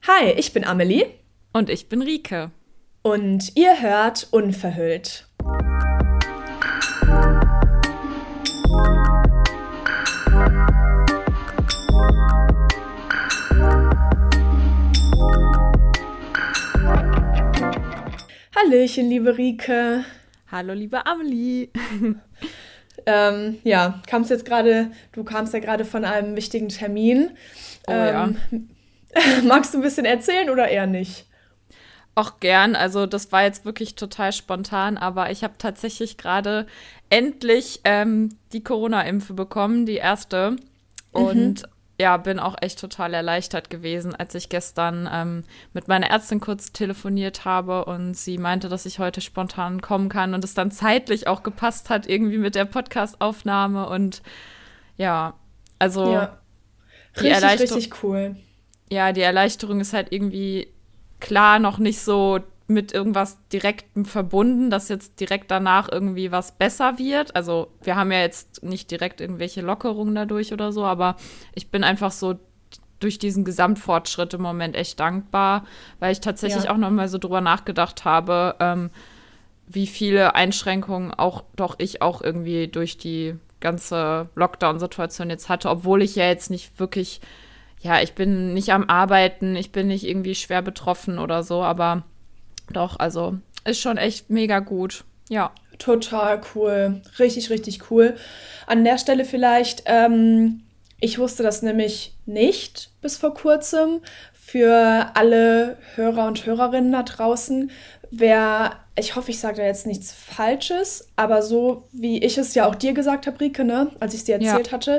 Hi, ich bin Amelie Und ich bin Rike. und ihr hört Unverhüllt. Hallöchen, liebe Rike. Hallo, liebe Amelie. Du kamst ja gerade von einem wichtigen Termin. Oh ja. Ähm, Magst du ein bisschen erzählen oder eher nicht? Auch gern. Also das war jetzt wirklich total spontan, aber ich habe tatsächlich gerade endlich die Corona-Impfe bekommen, die erste. Und ja, bin auch echt total erleichtert gewesen, als ich gestern mit meiner Ärztin kurz telefoniert habe und sie meinte, dass ich heute spontan kommen kann und es dann zeitlich auch gepasst hat, irgendwie mit der Podcast-Aufnahme. Und ja, also Ja, die richtig, Erleichterung. richtig cool. Ja, die Erleichterung ist halt irgendwie klar noch nicht so mit irgendwas Direktem verbunden, dass jetzt direkt danach irgendwie was besser wird. Also wir haben ja jetzt nicht direkt irgendwelche Lockerungen dadurch oder so, aber ich bin einfach so durch diesen Gesamtfortschritt im Moment echt dankbar, weil ich tatsächlich Ja, auch noch mal so drüber nachgedacht habe, wie viele Einschränkungen auch doch ich auch irgendwie durch die ganze Lockdown-Situation jetzt hatte, obwohl ich ja jetzt nicht wirklich, ja, ich bin nicht am Arbeiten, ich bin nicht irgendwie schwer betroffen oder so, aber doch, also ist schon echt mega gut. Ja. total cool. Richtig, richtig cool. An der Stelle vielleicht, ich wusste das nämlich nicht bis vor kurzem. Für alle Hörer und Hörerinnen da draußen, ich hoffe, ich sage da jetzt nichts Falsches, aber so wie ich es ja auch dir gesagt habe, Rike, ne, als ich es dir Ja. erzählt hatte,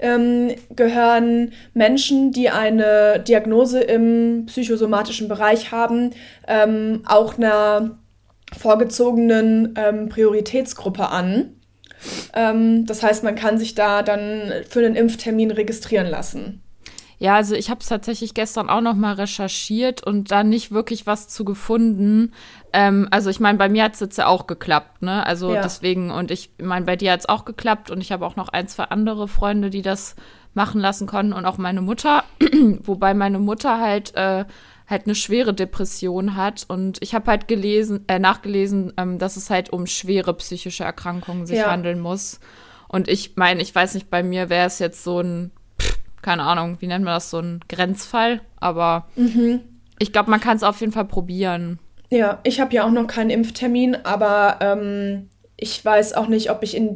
gehören Menschen, die eine Diagnose im psychosomatischen Bereich haben, auch einer vorgezogenen Prioritätsgruppe an. Das heißt, man kann sich da dann für einen Impftermin registrieren lassen. Ja, also ich habe es tatsächlich gestern auch noch mal recherchiert und da nicht wirklich was zu gefunden. Also ich meine, bei mir hat es jetzt ja auch geklappt, ne? Also Ja, deswegen, und ich meine, bei dir hat es auch geklappt und ich habe auch noch ein, zwei andere Freunde, die das machen lassen konnten und auch meine Mutter, wobei meine Mutter halt eine schwere Depression hat und ich habe halt nachgelesen, dass es halt um schwere psychische Erkrankungen sich ja, handeln muss. Und ich meine, ich weiß nicht, bei mir wäre es jetzt so ein, keine Ahnung, wie nennt man das, so ein Grenzfall. Aber ich glaube, man kann es auf jeden Fall probieren. ja. Ich habe ja auch noch keinen Impftermin, aber ich weiß auch nicht, ob ich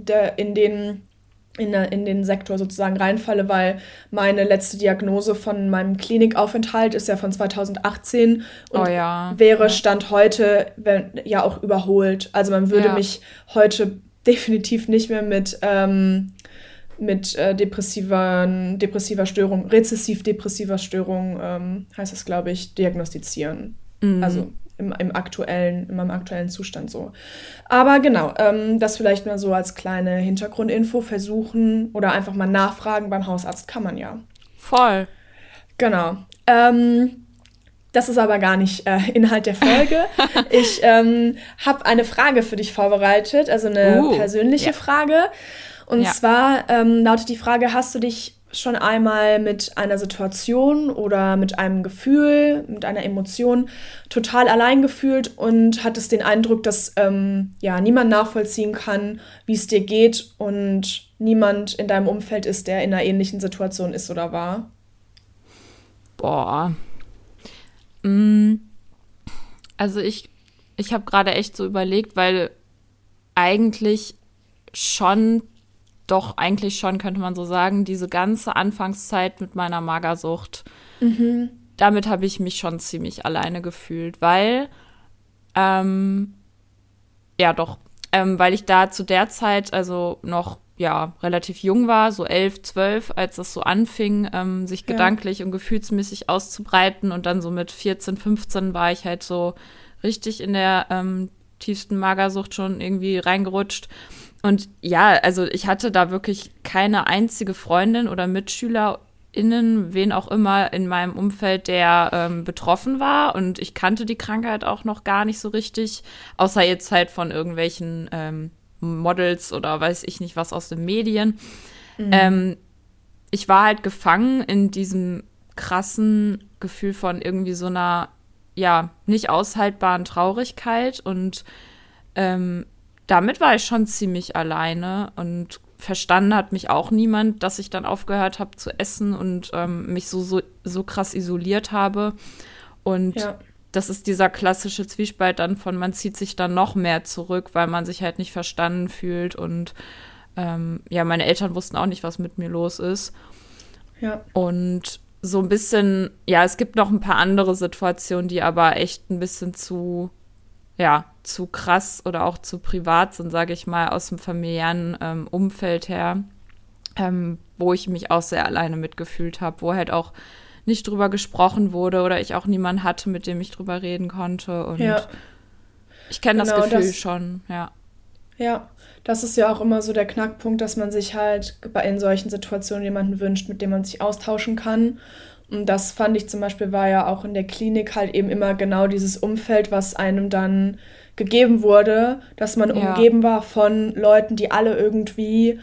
in den Sektor sozusagen reinfalle, weil meine letzte Diagnose von meinem Klinikaufenthalt ist ja von 2018 Oh und ja, wäre ja, Stand heute ja auch überholt. Also man würde ja. mich heute definitiv nicht mehr mit depressiver Störung, rezessiv-depressiver Störung, heißt es, glaube ich, diagnostizieren. Mm. Also in meinem aktuellen Zustand so. Aber genau, das vielleicht mal so als kleine Hintergrundinfo versuchen oder einfach mal nachfragen beim Hausarzt kann man ja. Voll. Genau. Das ist aber gar nicht Inhalt der Folge. Ich habe eine Frage für dich vorbereitet, also eine persönliche Ja, Frage. Und ja. zwar lautet die Frage, hast du dich schon einmal mit einer Situation oder mit einem Gefühl, mit einer Emotion total allein gefühlt und hattest den Eindruck, dass ja, niemand nachvollziehen kann, wie es dir geht und niemand in deinem Umfeld ist, der in einer ähnlichen Situation ist oder war? Boah. Mm. Also ich habe gerade echt so überlegt, weil eigentlich schon, doch eigentlich schon, könnte man so sagen, diese ganze Anfangszeit mit meiner Magersucht, damit habe ich mich schon ziemlich alleine gefühlt, weil ähm, ja, doch. Weil ich da zu der Zeit also noch ja relativ jung war, so 11, 12, als das so anfing, sich Ja, gedanklich und gefühlsmäßig auszubreiten. Und dann so mit 14, 15 war ich halt so richtig in der tiefsten Magersucht schon irgendwie reingerutscht. Und ja, also ich hatte da wirklich keine einzige Freundin oder MitschülerInnen, wen auch immer in meinem Umfeld, der betroffen war. Und ich kannte die Krankheit auch noch gar nicht so richtig, außer jetzt halt von irgendwelchen Models oder weiß ich nicht was aus den Medien. mhm. Ähm, Ich war halt gefangen in diesem krassen Gefühl von irgendwie so einer, ja, nicht aushaltbaren Traurigkeit. Und damit war ich schon ziemlich alleine und verstanden hat mich auch niemand, dass ich dann aufgehört habe zu essen und mich so krass isoliert habe. Und das ist dieser klassische Zwiespalt dann von, man zieht sich dann noch mehr zurück, weil man sich halt nicht verstanden fühlt. Und meine Eltern wussten auch nicht, was mit mir los ist. Ja. Und so ein bisschen, ja, es gibt noch ein paar andere Situationen, die aber echt ein bisschen zu krass oder auch zu privat sind, sage ich mal, aus dem familiären Umfeld her, wo ich mich auch sehr alleine mitgefühlt habe, wo halt auch nicht drüber gesprochen wurde oder ich auch niemanden hatte, mit dem ich drüber reden konnte. Und ich kenne das Gefühl schon, ja. Ja, das ist ja auch immer so der Knackpunkt, dass man sich halt in solchen Situationen jemanden wünscht, mit dem man sich austauschen kann. Und das fand ich zum Beispiel, war ja auch in der Klinik halt eben immer genau dieses Umfeld, was einem dann gegeben wurde, dass man umgeben war von Leuten, die alle irgendwie,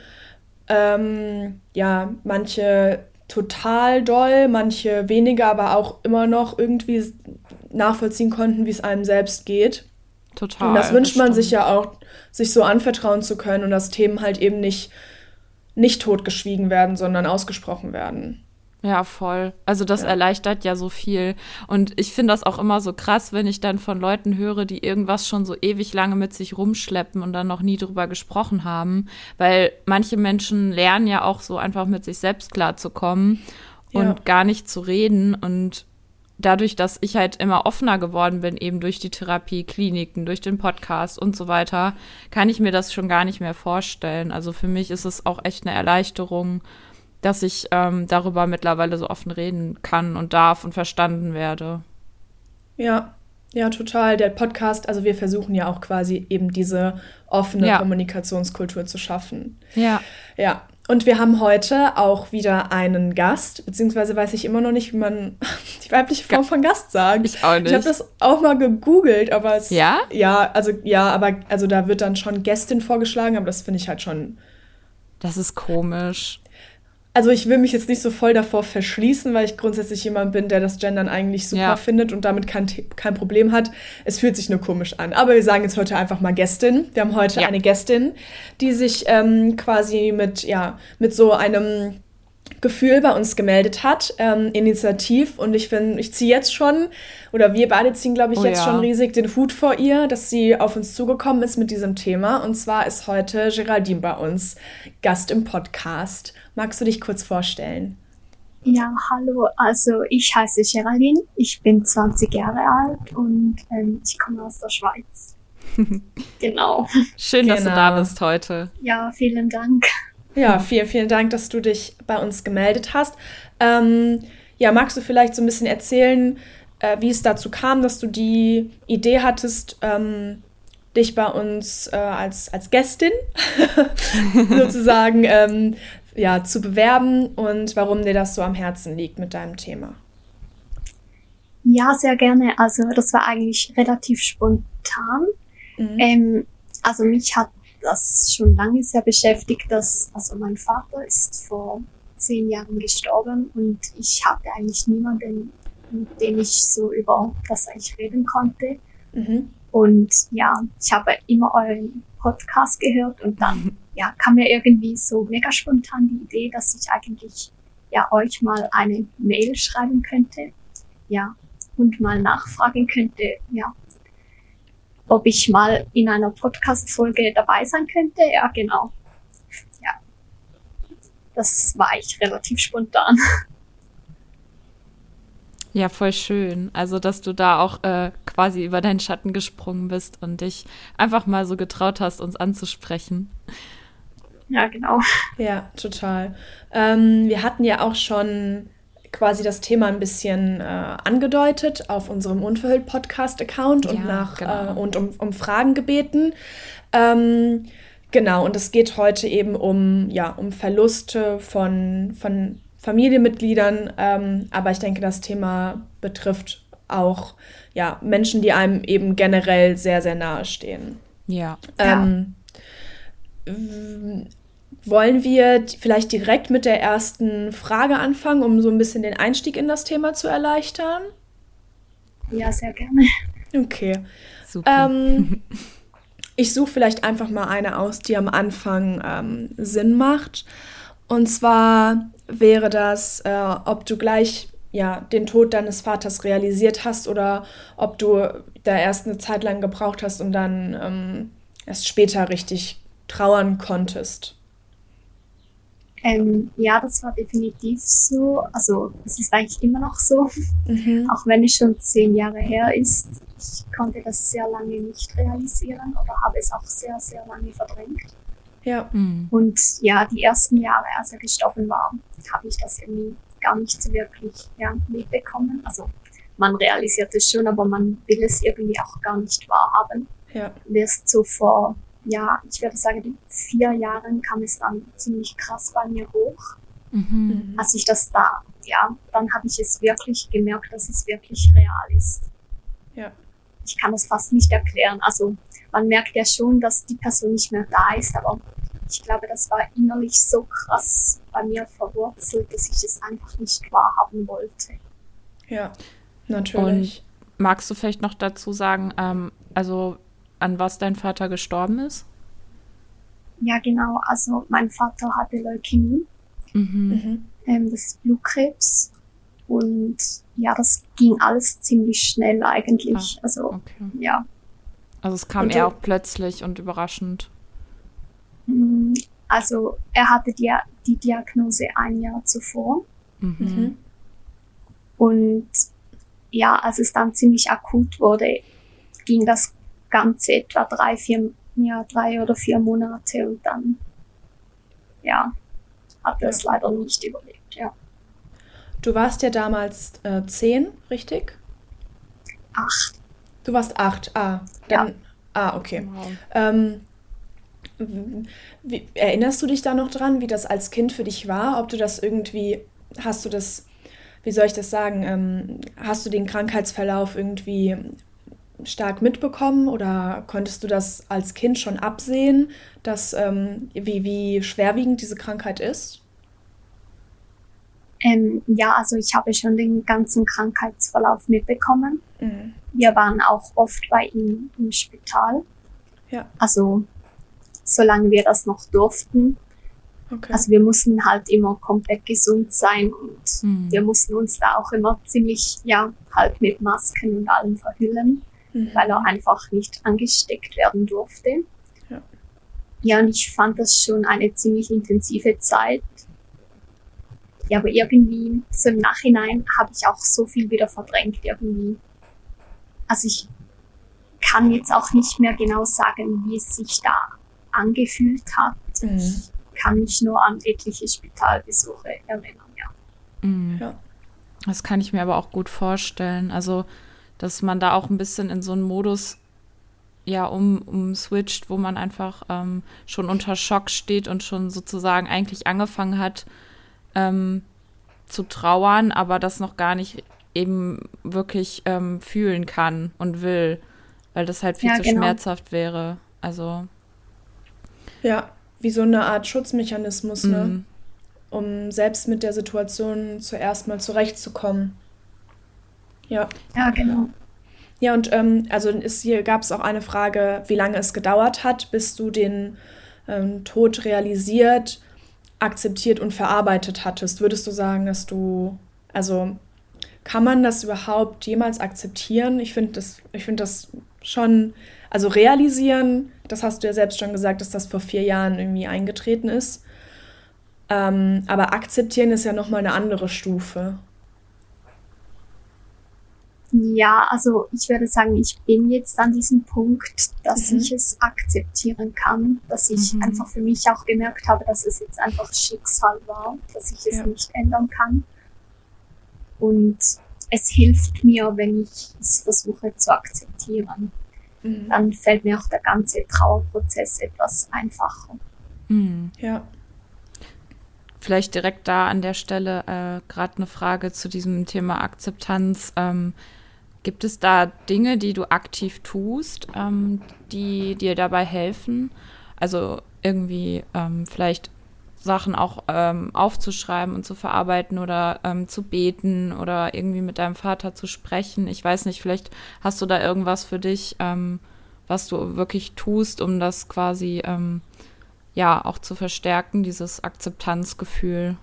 manche total doll, manche weniger, aber auch immer noch irgendwie nachvollziehen konnten, wie es einem selbst geht. Total. Und das wünscht man sich ja auch, sich so anvertrauen zu können und dass Themen halt eben nicht totgeschwiegen werden, sondern ausgesprochen werden. Ja, voll. Also das erleichtert ja so viel. Und ich finde das auch immer so krass, wenn ich dann von Leuten höre, die irgendwas schon so ewig lange mit sich rumschleppen und dann noch nie drüber gesprochen haben. Weil manche Menschen lernen ja auch so einfach mit sich selbst klarzukommen und gar nicht zu reden. Und dadurch, dass ich halt immer offener geworden bin, eben durch die Therapie, Kliniken, durch den Podcast und so weiter, kann ich mir das schon gar nicht mehr vorstellen. Also für mich ist es auch echt eine Erleichterung, dass ich darüber mittlerweile so offen reden kann und darf und verstanden werde. Ja, total. Der Podcast, also wir versuchen ja auch quasi eben diese offene Kommunikationskultur zu schaffen. Ja. Ja, und wir haben heute auch wieder einen Gast, beziehungsweise weiß ich immer noch nicht, wie man die weibliche Form von Gast sagt. Ich auch nicht. Ich habe das auch mal gegoogelt, aber es... Ja? Also da wird dann schon Gästin vorgeschlagen, aber das finde ich halt schon... Das ist komisch. Also ich will mich jetzt nicht so voll davor verschließen, weil ich grundsätzlich jemand bin, der das Gendern eigentlich super findet und damit kein Problem hat. Es fühlt sich nur komisch an. Aber wir sagen jetzt heute einfach mal Gästin. Wir haben heute eine Gästin, die sich quasi mit so einem Gefühl bei uns gemeldet hat, initiativ. Und ich finde, ich ziehe jetzt schon, oder wir beide ziehen, glaube ich, schon riesig den Hut vor ihr, dass sie auf uns zugekommen ist mit diesem Thema. Und zwar ist heute Geraldine bei uns Gast im Podcast. Magst du dich kurz vorstellen? Ja, hallo, also ich heiße Geraldine, ich bin 20 Jahre alt und ich komme aus der Schweiz. Genau. Schön, dass du da bist heute. Ja, vielen Dank. Ja, vielen, vielen Dank, dass du dich bei uns gemeldet hast. Magst du vielleicht so ein bisschen erzählen, wie es dazu kam, dass du die Idee hattest, dich bei uns als Gästin sozusagen zu bewerben und warum dir das so am Herzen liegt mit deinem Thema? Ja, sehr gerne. Also das war eigentlich relativ spontan. Also mich hat das schon lange sehr beschäftigt, also mein Vater ist vor 10 Jahren gestorben und ich hatte eigentlich niemanden, mit dem ich so über das eigentlich reden konnte. Und ja, ich habe immer euren Podcast gehört und dann kam mir irgendwie so mega spontan die Idee, dass ich eigentlich euch mal eine Mail schreiben könnte, und mal nachfragen könnte, ob ich mal in einer Podcast-Folge dabei sein könnte. Ja, genau. Ja, das war eigentlich relativ spontan. Ja, voll schön. Also, dass du da auch quasi über deinen Schatten gesprungen bist und dich einfach mal so getraut hast, uns anzusprechen. Ja, genau. Ja, total. Wir hatten ja auch schon quasi das Thema ein bisschen angedeutet auf unserem Unverhüllt-Podcast-Account und um Fragen gebeten. Genau, und es geht heute eben um Verluste von Familienmitgliedern, aber ich denke, das Thema betrifft auch Menschen, die einem eben generell sehr, sehr nahe stehen. Ja. wollen wir vielleicht direkt mit der ersten Frage anfangen, um so ein bisschen den Einstieg in das Thema zu erleichtern? Ja, sehr gerne. Okay. Super. Ich suche vielleicht einfach mal eine aus, die am Anfang Sinn macht. Und zwar wäre das, ob du gleich den Tod deines Vaters realisiert hast oder ob du da erst eine Zeit lang gebraucht hast und dann erst später richtig trauern konntest. Ja, das war definitiv so. Also es ist eigentlich immer noch so, Mhm. auch wenn es schon 10 Jahre her ist. Ich konnte das sehr lange nicht realisieren oder habe es auch sehr, sehr lange verdrängt. Ja. Und ja, die ersten Jahre, als er gestorben war, habe ich das irgendwie gar nicht so wirklich mitbekommen. Also man realisiert es schon, aber man will es irgendwie auch gar nicht wahrhaben. Ja. Und erst so vor, ich würde sagen, 4 Jahren kam es dann ziemlich krass bei mir hoch. Mhm. Als ich das dann habe ich es wirklich gemerkt, dass es wirklich real ist. Ja. Ich kann das fast nicht erklären. Also man merkt ja schon, dass die Person nicht mehr da ist, aber ich glaube, das war innerlich so krass bei mir verwurzelt, dass ich es einfach nicht wahrhaben wollte. Ja, natürlich. Und magst du vielleicht noch dazu sagen, also an was dein Vater gestorben ist? Ja, genau. Also mein Vater hatte Leukämie. Mhm. Mhm. Das ist Blutkrebs. Und ja, das ging alles ziemlich schnell eigentlich. Also Okay. ja. Also es kam Und eher du- auch plötzlich und überraschend. Also er hatte die Diagnose 1 Jahr zuvor. Mhm. Mhm. Und ja, als es dann ziemlich akut wurde, ging das Ganze etwa 3 oder 4 Monate und dann hat er es leider nicht überlebt. Ja. Du warst ja damals 10, richtig? 8. Du warst 8. Okay. Wow. Erinnerst du dich da noch dran, wie das als Kind für dich war? Ob du das irgendwie, wie soll ich das sagen, hast du den Krankheitsverlauf irgendwie stark mitbekommen oder konntest du das als Kind schon absehen, wie schwerwiegend diese Krankheit ist? Also ich habe schon den ganzen Krankheitsverlauf mitbekommen. Mhm. Wir waren auch oft bei ihm im Spital. Ja, Also solange wir das noch durften. okay. Also wir mussten halt immer komplett gesund sein und wir mussten uns da auch immer ziemlich, halt mit Masken und allem verhüllen, weil er einfach nicht angesteckt werden durfte. Ja. Ja, und ich fand das schon eine ziemlich intensive Zeit. Ja, aber irgendwie, so im Nachhinein habe ich auch so viel wieder verdrängt irgendwie. Also ich kann jetzt auch nicht mehr genau sagen, wie es sich da angefühlt hat. Mhm. Ich kann mich nur an etliche Spitalbesuche erinnern, ja. Ja. Das kann ich mir aber auch gut vorstellen. Also, dass man da auch ein bisschen in so einen Modus switcht, wo man einfach schon unter Schock steht und schon sozusagen eigentlich angefangen hat zu trauern, aber das noch gar nicht eben wirklich fühlen kann und will, weil das halt viel zu schmerzhaft wäre. Also Ja, wie so eine Art Schutzmechanismus, ne? Um selbst mit der Situation zuerst mal zurechtzukommen. Ja. Ja, genau. Ja, und hier gab es auch eine Frage, wie lange es gedauert hat, bis du den Tod realisiert, akzeptiert und verarbeitet hattest. Würdest du sagen, kann man das überhaupt jemals akzeptieren? Ich finde das schon, also realisieren, das hast du ja selbst schon gesagt, dass das vor 4 Jahren irgendwie eingetreten ist. Aber akzeptieren ist ja nochmal eine andere Stufe. Ja, also ich würde sagen, ich bin jetzt an diesem Punkt, dass ich es akzeptieren kann, dass ich einfach für mich auch gemerkt habe, dass es jetzt einfach Schicksal war, dass ich es nicht ändern kann. Und es hilft mir, wenn ich es versuche zu akzeptieren. Dann fällt mir auch der ganze Trauerprozess etwas einfacher. Ja. Vielleicht direkt da an der Stelle gerade eine Frage zu diesem Thema Akzeptanz. Gibt es da Dinge, die du aktiv tust, die dir dabei helfen? Also irgendwie vielleicht Sachen auch aufzuschreiben und zu verarbeiten oder zu beten oder irgendwie mit deinem Vater zu sprechen. Ich weiß nicht, vielleicht hast du da irgendwas für dich, was du wirklich tust, um das quasi ja auch zu verstärken, dieses Akzeptanzgefühl.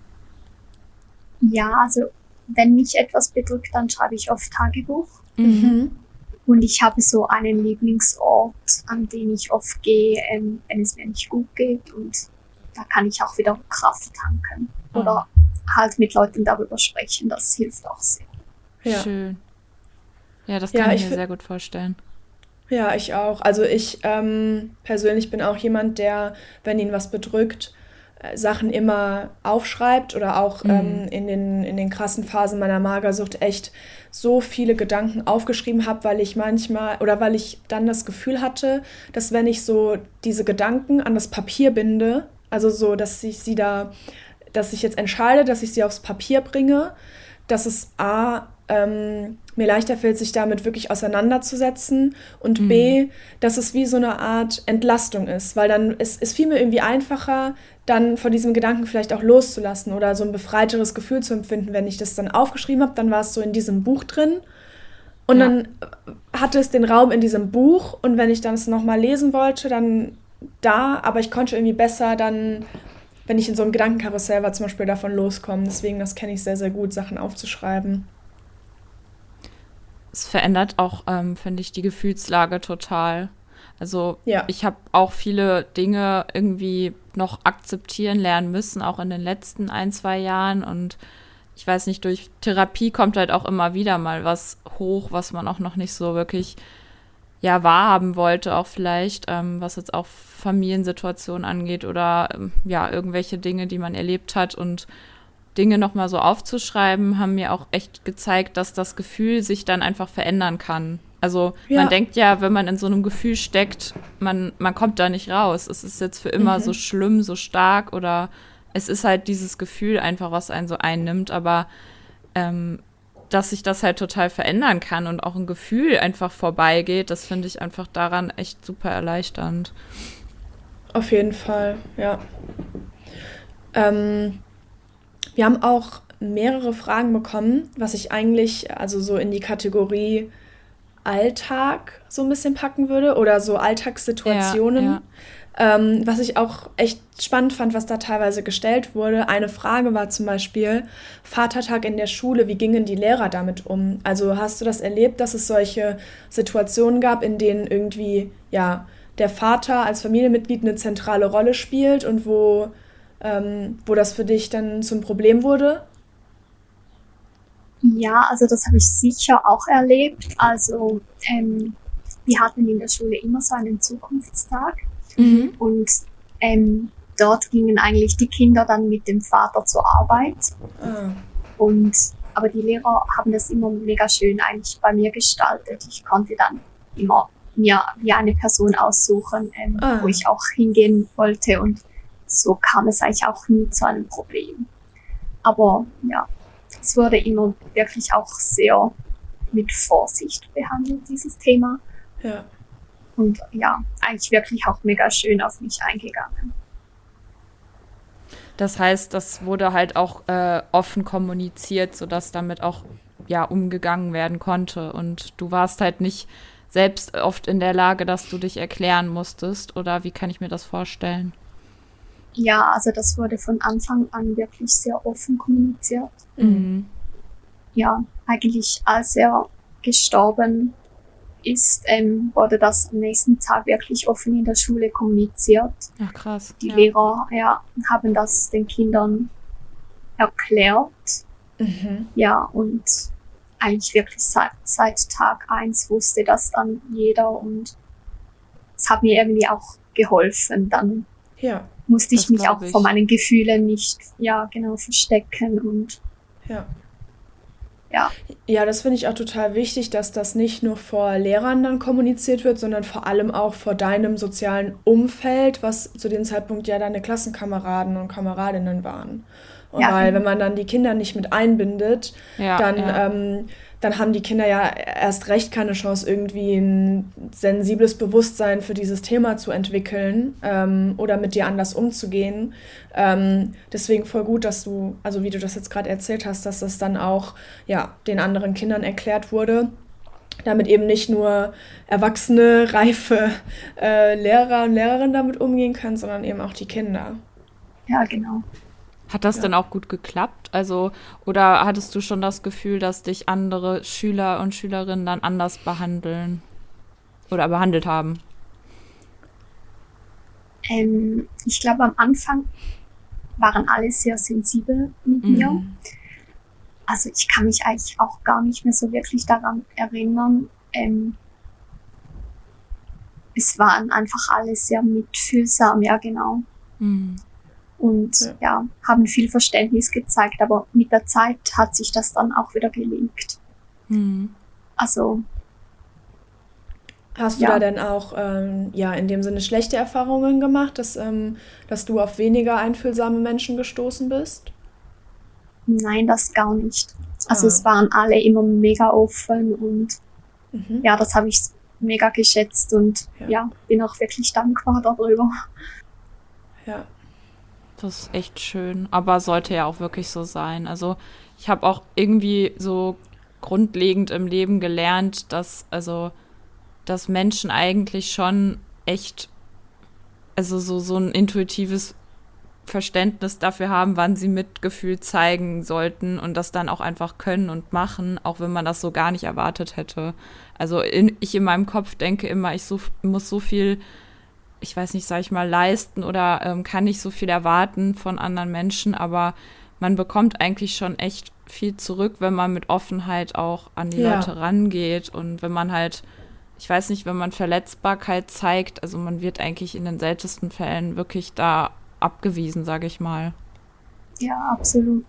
Ja, also wenn mich etwas bedrückt, dann schreibe ich oft Tagebuch. Mhm. Und ich habe so einen Lieblingsort, an den ich oft gehe, wenn es mir nicht gut geht. Und da kann ich auch wieder Kraft tanken. Oder halt mit Leuten darüber sprechen. Das hilft auch sehr. Ja. Schön. Ja, das Ja, kann ich ich mir sehr gut vorstellen. Ja, ich auch. Also ich persönlich bin auch jemand, der, wenn ihn was bedrückt, Sachen immer aufschreibt oder auch in den krassen Phasen meiner Magersucht echt so viele Gedanken aufgeschrieben habe, weil ich manchmal oder weil ich dann das Gefühl hatte, dass wenn ich so diese Gedanken an das Papier binde, also so, dass ich jetzt entscheide, dass ich sie aufs Papier bringe, dass es mir leichter fällt, sich damit wirklich auseinanderzusetzen und B, dass es wie so eine Art Entlastung ist, weil dann es fiel mir irgendwie einfacher, dann von diesem Gedanken vielleicht auch loszulassen oder so ein befreiteres Gefühl zu empfinden, wenn ich das dann aufgeschrieben habe, dann war es so in diesem Buch drin und dann hatte es den Raum in diesem Buch und wenn ich dann es nochmal lesen wollte, dann aber ich konnte irgendwie besser dann, wenn ich in so einem Gedankenkarussell war, zum Beispiel davon loskommen. Deswegen, das kenne ich sehr, sehr gut, Sachen aufzuschreiben. Es verändert auch, finde ich, die Gefühlslage total. Also Ja. ich habe auch viele Dinge irgendwie noch akzeptieren lernen müssen, auch in den letzten 1, 2 Jahren. Und ich weiß nicht, durch Therapie kommt halt auch immer wieder mal was hoch, was man auch noch nicht so wirklich wahrhaben wollte, auch vielleicht, was jetzt auch Familiensituationen angeht oder irgendwelche Dinge, die man erlebt hat. Und Dinge nochmal so aufzuschreiben, haben mir auch echt gezeigt, dass das Gefühl sich dann einfach verändern kann. Also man denkt ja, wenn man in so einem Gefühl steckt, man kommt da nicht raus. Es ist jetzt für immer so schlimm, so stark oder es ist halt dieses Gefühl einfach, was einen so einnimmt. Aber dass sich das halt total verändern kann und auch ein Gefühl einfach vorbeigeht, das finde ich einfach daran echt super erleichternd. Auf jeden Fall, ja. Wir haben auch mehrere Fragen bekommen, was ich eigentlich also so in die Kategorie Alltag so ein bisschen packen würde oder so Alltagssituationen. Was ich auch echt spannend fand, was da teilweise gestellt wurde. Eine Frage war zum Beispiel, Vatertag in der Schule, wie gingen die Lehrer damit um? Also hast du das erlebt, dass es solche Situationen gab, in denen irgendwie der Vater als Familienmitglied eine zentrale Rolle spielt und wo das für dich dann zum Problem wurde? Ja, also das habe ich sicher auch erlebt. Also wir hatten in der Schule immer so einen Zukunftstag und dort gingen eigentlich die Kinder dann mit dem Vater zur Arbeit. Aber die Lehrer haben das immer mega schön eigentlich bei mir gestaltet. Ich konnte dann immer mir wie eine Person aussuchen, wo ich auch hingehen wollte und so kam es eigentlich auch nie zu einem Problem. Aber ja, es wurde immer wirklich auch sehr mit Vorsicht behandelt, dieses Thema. Ja. Und ja, eigentlich wirklich auch mega schön auf mich eingegangen. Das heißt, das wurde halt auch offen kommuniziert, sodass damit auch umgegangen werden konnte. Und du warst halt nicht selbst oft in der Lage, dass du dich erklären musstest. Oder wie kann ich mir das vorstellen? Ja, also das wurde von Anfang an wirklich sehr offen kommuniziert. Ja, eigentlich als er gestorben ist, wurde das am nächsten Tag wirklich offen in der Schule kommuniziert. Ach krass. Die Lehrer haben das den Kindern erklärt. Ja, und eigentlich wirklich seit Tag 1 wusste das dann jeder und es hat mir irgendwie auch geholfen. Dann musste ich mich auch vor meinen Gefühlen nicht verstecken und Ja, das finde ich auch total wichtig, dass das nicht nur vor Lehrern dann kommuniziert wird, sondern vor allem auch vor deinem sozialen Umfeld, was zu dem Zeitpunkt ja deine Klassenkameraden und Kameradinnen waren. Und weil wenn man dann die Kinder nicht mit einbindet, dann dann haben die Kinder ja erst recht keine Chance, irgendwie ein sensibles Bewusstsein für dieses Thema zu entwickeln oder mit dir anders umzugehen. Deswegen voll gut, dass du, also wie du das jetzt gerade erzählt hast, dass das dann auch ja, den anderen Kindern erklärt wurde, damit eben nicht nur erwachsene, reife Lehrer und Lehrerinnen damit umgehen können, sondern eben auch die Kinder. Ja, genau. Hat das denn auch gut geklappt? Also, oder hattest du schon das Gefühl, dass dich andere Schüler und Schülerinnen dann anders behandeln oder behandelt haben? Ich glaube, am Anfang waren alle sehr sensibel mit mir. Also ich kann mich eigentlich auch gar nicht mehr so wirklich daran erinnern. Es waren einfach alle sehr mitfühlsam, ja genau. Und ja, haben viel Verständnis gezeigt, aber mit der Zeit hat sich das dann auch wieder gelegt. Also hast du da denn auch in dem Sinne schlechte Erfahrungen gemacht, dass du auf weniger einfühlsame Menschen gestoßen bist? Nein, das gar nicht. Also es waren alle immer mega offen und ja, das habe ich mega geschätzt und ja, bin auch wirklich dankbar darüber. Ja. Das ist echt schön, aber sollte ja auch wirklich so sein. Also ich habe auch irgendwie so grundlegend im Leben gelernt, dass Menschen eigentlich schon echt, also so ein intuitives Verständnis dafür haben, wann sie Mitgefühl zeigen sollten und das dann auch einfach können und machen, auch wenn man das so gar nicht erwartet hätte. Also ich in meinem Kopf denke immer, muss so viel, ich weiß nicht, sag ich mal, leisten oder kann nicht so viel erwarten von anderen Menschen, aber man bekommt eigentlich schon echt viel zurück, wenn man mit Offenheit auch an die Leute rangeht und wenn man halt, ich weiß nicht, wenn man Verletzbarkeit zeigt, also man wird eigentlich in den seltensten Fällen wirklich da abgewiesen, sage ich mal. Ja, absolut.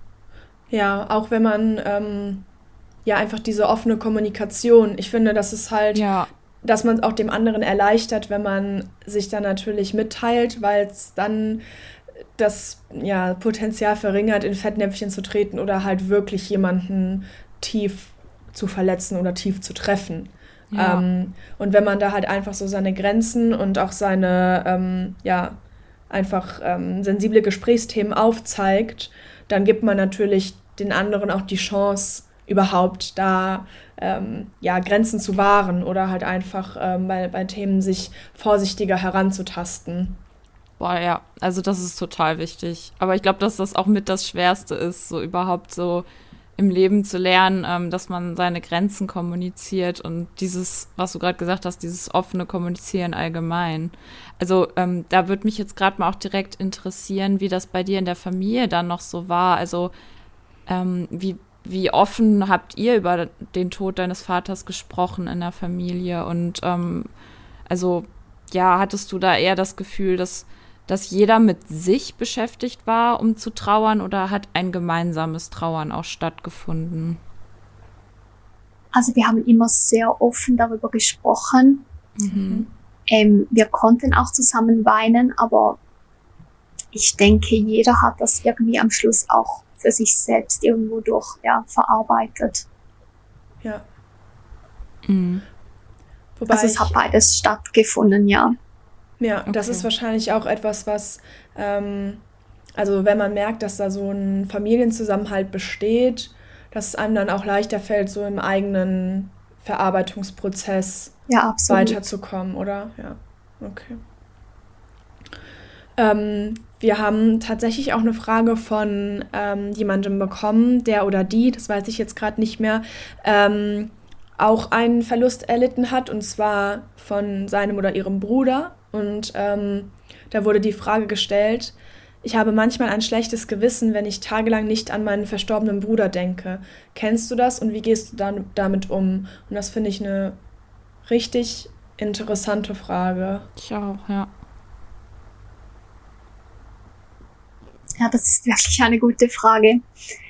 Ja, auch wenn man einfach diese offene Kommunikation, ich finde, das ist halt, dass man es auch dem anderen erleichtert, wenn man sich dann natürlich mitteilt, weil es dann das Potenzial verringert, in Fettnäpfchen zu treten oder halt wirklich jemanden tief zu verletzen oder tief zu treffen. Ja. Und wenn man da halt einfach so seine Grenzen und auch seine sensible Gesprächsthemen aufzeigt, dann gibt man natürlich den anderen auch die Chance, überhaupt da Grenzen zu wahren oder halt einfach bei Themen sich vorsichtiger heranzutasten. Boah, ja, also das ist total wichtig. Aber ich glaube, dass das auch mit das Schwerste ist, so überhaupt so im Leben zu lernen, dass man seine Grenzen kommuniziert und dieses, was du gerade gesagt hast, dieses offene Kommunizieren allgemein. Also da würde mich jetzt gerade mal auch direkt interessieren, wie das bei dir in der Familie dann noch so war. Also wie offen habt ihr über den Tod deines Vaters gesprochen in der Familie? Und hattest du da eher das Gefühl, dass jeder mit sich beschäftigt war, um zu trauern, oder hat ein gemeinsames Trauern auch stattgefunden? Also wir haben immer sehr offen darüber gesprochen. Wir konnten auch zusammen weinen, aber ich denke, jeder hat das irgendwie am Schluss auch für sich selbst irgendwo durch verarbeitet. Ja. Wobei also es hat beides stattgefunden, ja. Ja, okay. Das ist wahrscheinlich auch etwas, was, wenn man merkt, dass da so ein Familienzusammenhalt besteht, dass es einem dann auch leichter fällt, so im eigenen Verarbeitungsprozess weiterzukommen, oder? Ja, okay. Wir haben tatsächlich auch eine Frage von jemandem bekommen, der oder die, das weiß ich jetzt gerade nicht mehr, auch einen Verlust erlitten hat, und zwar von seinem oder ihrem Bruder. Und da wurde die Frage gestellt: Ich habe manchmal ein schlechtes Gewissen, wenn ich tagelang nicht an meinen verstorbenen Bruder denke. Kennst du das und wie gehst du damit um? Und das finde ich eine richtig interessante Frage. Ich auch, ja. Ja, das ist wirklich eine gute Frage.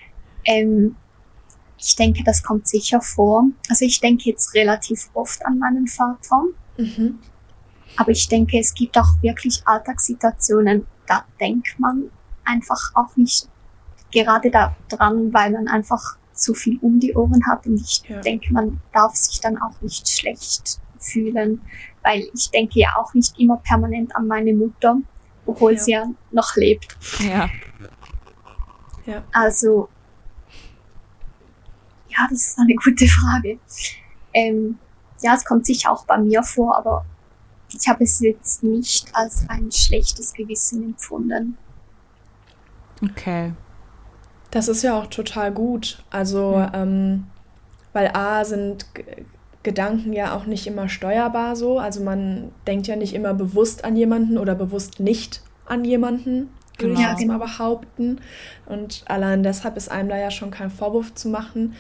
Ich denke, das kommt sicher vor. Also ich denke jetzt relativ oft an meinen Vater. Aber ich denke, es gibt auch wirklich Alltagssituationen, da denkt man einfach auch nicht gerade da dran, weil man einfach zu viel um die Ohren hat. Und ich Ja. denke, man darf sich dann auch nicht schlecht fühlen, weil ich denke ja auch nicht immer permanent an meine Mutter, obwohl Ja. sie ja noch lebt. Ja. Ja. Also, ja, das ist eine gute Frage. Ja, es kommt sicher auch bei mir vor, aber ich habe es jetzt nicht als ein schlechtes Gewissen empfunden. Okay. Das ist ja auch total gut. Also, weil sind Gedanken ja auch nicht immer steuerbar so. Also man denkt ja nicht immer bewusst an jemanden oder bewusst nicht an jemanden, würde ich Genau. jetzt mal behaupten. Und allein deshalb ist einem da ja schon kein Vorwurf zu machen.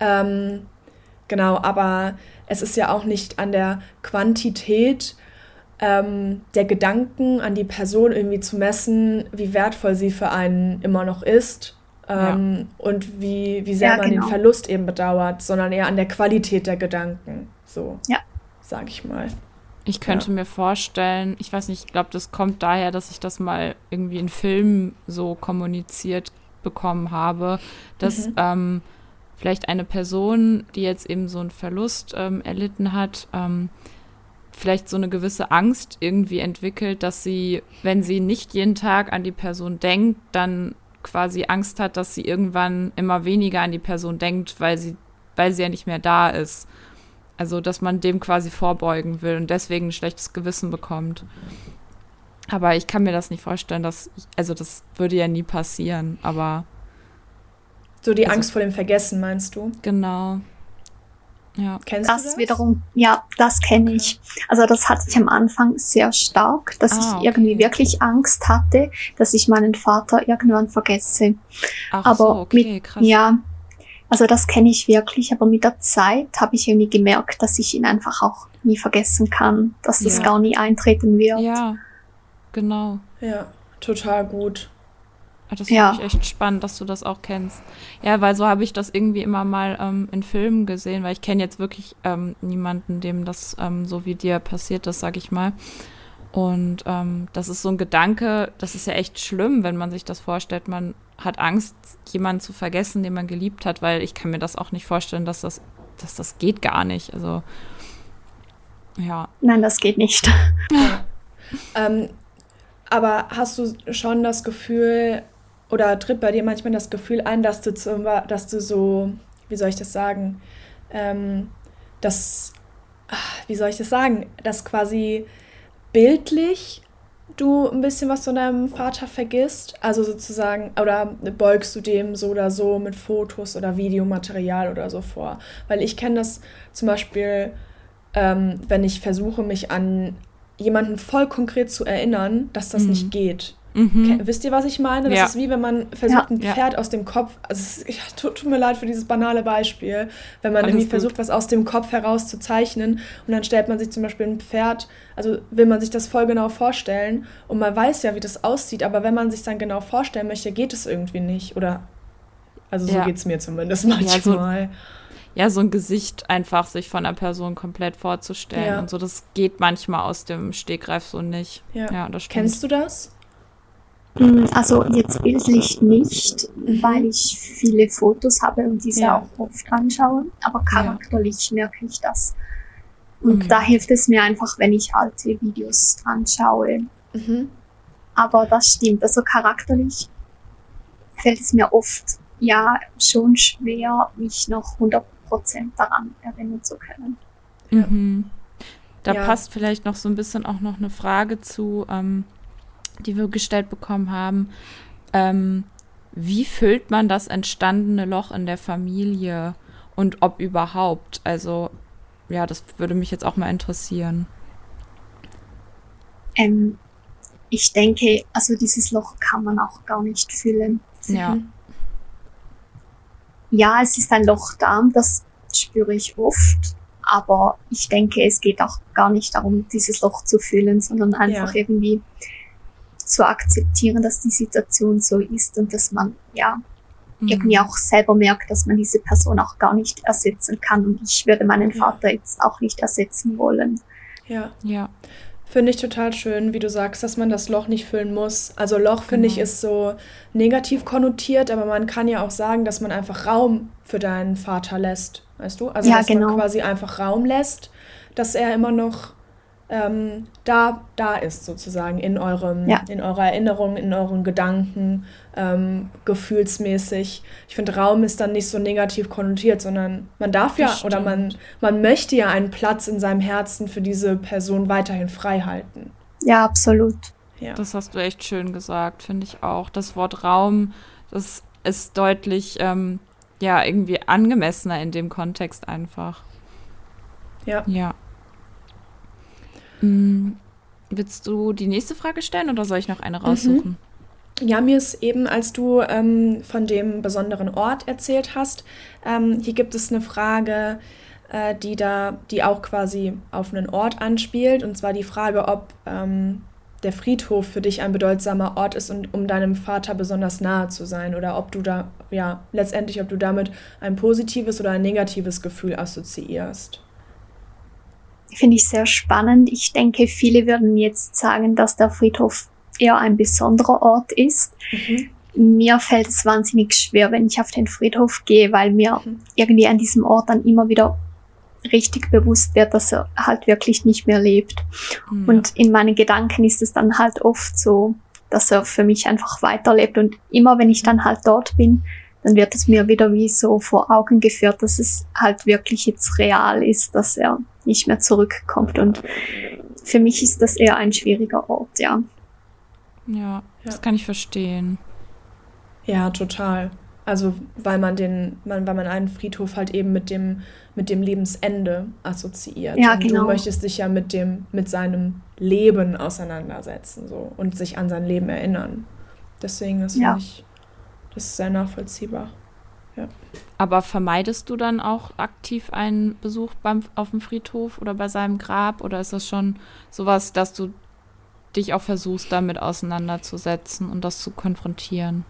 Genau, aber es ist ja auch nicht an der Quantität der Gedanken an die Person irgendwie zu messen, wie wertvoll sie für einen immer noch ist. Und wie sehr Ja, man den genau. Verlust eben bedauert, sondern eher an der Qualität der Gedanken, so Ja. sag ich mal. Ich könnte mir vorstellen, ich weiß nicht, ich glaube, das kommt daher, dass ich das mal irgendwie in Filmen so kommuniziert bekommen habe, dass vielleicht eine Person, die jetzt eben so einen Verlust erlitten hat, vielleicht so eine gewisse Angst irgendwie entwickelt, dass sie, wenn sie nicht jeden Tag an die Person denkt, dann quasi Angst hat, dass sie irgendwann immer weniger an die Person denkt, weil sie ja nicht mehr da ist. Also, dass man dem quasi vorbeugen will und deswegen ein schlechtes Gewissen bekommt. Aber ich kann mir das nicht vorstellen, das würde ja nie passieren, aber So die Also- Angst vor dem Vergessen, meinst du? genau. Ja. Kennst du Das das? wiederum, ja, das kenne ich. Also das hatte ich am Anfang sehr stark, dass ich okay. irgendwie wirklich Angst hatte, dass ich meinen Vater irgendwann vergesse. Ach Aber so, okay, krass. Ja, also das kenne ich wirklich, aber mit der Zeit habe ich irgendwie gemerkt, dass ich ihn einfach auch nie vergessen kann, dass das Ja. gar nie eintreten wird. Ja, genau. Ja, total gut. Das Ja. finde ich echt spannend, dass du das auch kennst. Ja, weil so habe ich das irgendwie immer mal in Filmen gesehen, weil ich kenne jetzt wirklich niemanden, dem das so wie dir passiert ist, sag ich mal. Und das ist so ein Gedanke, das ist ja echt schlimm, wenn man sich das vorstellt. Man hat Angst, jemanden zu vergessen, den man geliebt hat, weil ich kann mir das auch nicht vorstellen, dass das geht gar nicht. Also, ja. Nein, das geht nicht. Aber hast du schon das Gefühl, oder tritt bei dir manchmal das Gefühl ein, dass du so, wie soll ich das sagen, dass quasi bildlich du ein bisschen was von deinem Vater vergisst? Also sozusagen, oder beugst du dem so oder so mit Fotos oder Videomaterial oder so vor? Weil ich kenne das zum Beispiel, wenn ich versuche, mich an jemanden voll konkret zu erinnern, dass das nicht geht. Wisst ihr, was ich meine? Das Ja. ist wie wenn man versucht, ein Ja. Pferd aus dem Kopf, also tut mir leid für dieses banale Beispiel, wenn man Alles irgendwie gut. versucht, was aus dem Kopf heraus zu zeichnen und dann stellt man sich zum Beispiel ein Pferd, also will man sich das voll genau vorstellen und man weiß ja, wie das aussieht, aber wenn man sich dann genau vorstellen möchte, geht es irgendwie nicht, oder? Also so Ja. geht es mir zumindest manchmal. Ja, so ein Gesicht einfach sich von einer Person komplett vorzustellen Ja. und so, das geht manchmal aus dem Stegreif so nicht. Ja. Das stimmt. Kennst du das? Also jetzt bildlich nicht, weil ich viele Fotos habe und diese Ja. auch oft anschaue, aber charakterlich merke ich das. Und da hilft es mir einfach, wenn ich alte Videos anschaue. Mhm. Aber das stimmt, also charakterlich fällt es mir oft ja schon schwer, mich noch 100% daran erinnern zu können. Mhm. Da Ja. passt vielleicht noch so ein bisschen auch noch eine Frage zu, die wir gestellt bekommen haben. Wie füllt man das entstandene Loch in der Familie und ob überhaupt? Also, ja, das würde mich jetzt auch mal interessieren. Ich denke, also dieses Loch kann man auch gar nicht füllen. Ja. Ja, es ist ein Loch da, das spüre ich oft, aber ich denke, es geht auch gar nicht darum, dieses Loch zu füllen, sondern einfach irgendwie zu akzeptieren, dass die Situation so ist und dass man irgendwie auch selber merkt, dass man diese Person auch gar nicht ersetzen kann und ich würde meinen Vater jetzt auch nicht ersetzen wollen. Ja. Ja. Finde ich total schön, wie du sagst, dass man das Loch nicht füllen muss. Also Loch, finde ich, Genau. ist so negativ konnotiert, aber man kann ja auch sagen, dass man einfach Raum für deinen Vater lässt, weißt du? Also Ja, dass man genau. quasi einfach Raum lässt, dass er immer noch da ist, sozusagen, Ja, in eurer Erinnerung, in euren Gedanken, gefühlsmäßig. Ich finde, Raum ist dann nicht so negativ konnotiert, sondern man darf Das ja oder stimmt. man möchte ja einen Platz in seinem Herzen für diese Person weiterhin frei halten. ja, absolut. Ja. Das hast du echt schön gesagt, finde ich auch. Das Wort Raum, das ist deutlich, ja, irgendwie angemessener in dem Kontext einfach. Ja. Ja. Mm, willst du die nächste Frage stellen oder soll ich noch eine Mhm. raussuchen? Ja, mir ist eben, als du von dem besonderen Ort erzählt hast, hier gibt es eine Frage, die auch quasi auf einen Ort anspielt, und zwar die Frage, ob der Friedhof für dich ein bedeutsamer Ort ist, und, um deinem Vater besonders nahe zu sein, oder ob du da, ja, letztendlich, ob du damit ein positives oder ein negatives Gefühl assoziierst. Finde ich sehr spannend. Ich denke, viele würden jetzt sagen, dass der Friedhof eher ein besonderer Ort ist. Mhm. Mir fällt es wahnsinnig schwer, wenn ich auf den Friedhof gehe, weil mir Mhm. irgendwie an diesem Ort dann immer wieder richtig bewusst wird, dass er halt wirklich nicht mehr lebt. Ja. Und in meinen Gedanken ist es dann halt oft so, dass er für mich einfach weiterlebt. Und immer wenn ich dann halt dort bin, dann wird es mir wieder wie so vor Augen geführt, dass es halt wirklich jetzt real ist, dass er nicht mehr zurückkommt. Und für mich ist das eher ein schwieriger Ort, ja. Ja, Ja. das kann ich verstehen. Ja, total. Also, weil man einen Friedhof halt eben mit dem Lebensende assoziiert. Ja, Und du genau. möchtest dich ja mit seinem Leben auseinandersetzen, so, und sich an sein Leben erinnern. Deswegen, Ja. das ist sehr nachvollziehbar. Ja. Aber vermeidest du dann auch aktiv einen Besuch auf dem Friedhof oder bei seinem Grab? Oder ist das schon sowas, dass du dich auch versuchst, damit auseinanderzusetzen und das zu konfrontieren?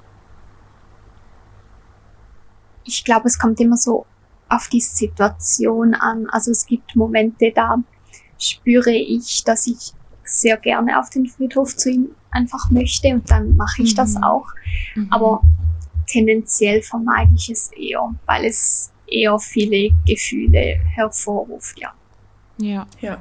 Ich glaube, es kommt immer so auf die Situation an. Also es gibt Momente, da spüre ich, dass ich sehr gerne auf den Friedhof zu ihm einfach möchte, und dann mache ich das Mhm. auch. Mhm. Aber tendenziell vermeide ich es eher, weil es eher viele Gefühle hervorruft, ja. Ja. Ja.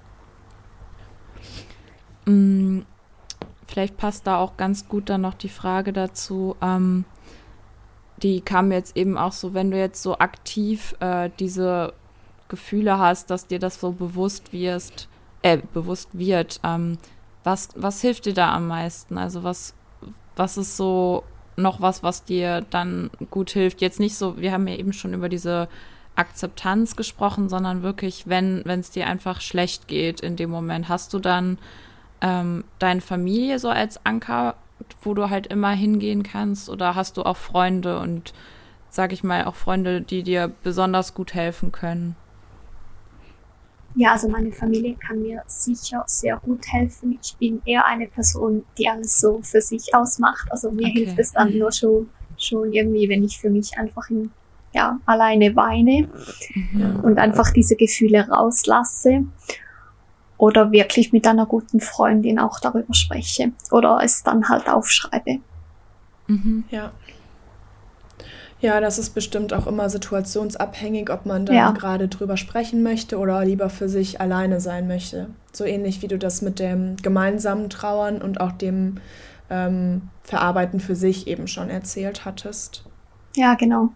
Mm, vielleicht passt da auch ganz gut dann noch die Frage dazu. Die kam jetzt eben auch so, wenn du jetzt so aktiv diese Gefühle hast, dass dir das so bewusst wird, was hilft dir da am meisten? Also was ist so noch was dir dann gut hilft? Jetzt nicht so, wir haben ja eben schon über diese Akzeptanz gesprochen, sondern wirklich, wenn es dir einfach schlecht geht in dem Moment, hast du dann deine Familie so als Anker, wo du halt immer hingehen kannst, oder hast du auch Freunde und, sag ich mal, auch Freunde, die dir besonders gut helfen können? Ja, also meine Familie kann mir sicher sehr gut helfen. Ich bin eher eine Person, die alles so für sich ausmacht. Also mir hilft Okay. es dann nur schon irgendwie, wenn ich für mich einfach alleine weine Mhm. und einfach diese Gefühle rauslasse, oder wirklich mit einer guten Freundin auch darüber spreche oder es dann halt aufschreibe. Mhm. Ja. Ja, das ist bestimmt auch immer situationsabhängig, ob man dann Ja, gerade drüber sprechen möchte oder lieber für sich alleine sein möchte. So ähnlich wie du das mit dem gemeinsamen Trauern und auch dem Verarbeiten für sich eben schon erzählt hattest. ja, genau.